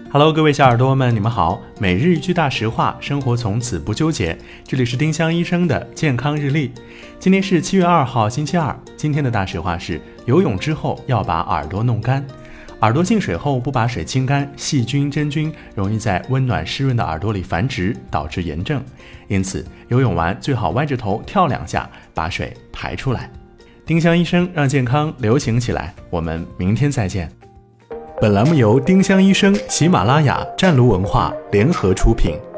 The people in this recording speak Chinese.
Hello， 各位小耳朵们，你们好！每日一句大实话，生活从此不纠结。这里是丁香医生的健康日历。今天是7月2号，星期二。今天的大实话是：游泳之后要把耳朵弄干。耳朵进水后不把水清干，细菌、真菌容易在温暖湿润的耳朵里繁殖，导致炎症。因此，游泳完最好歪着头跳2下，把水排出来。丁香医生让健康流行起来。我们明天再见。本栏目由丁香医生、喜马拉雅、湛卢文化联合出品。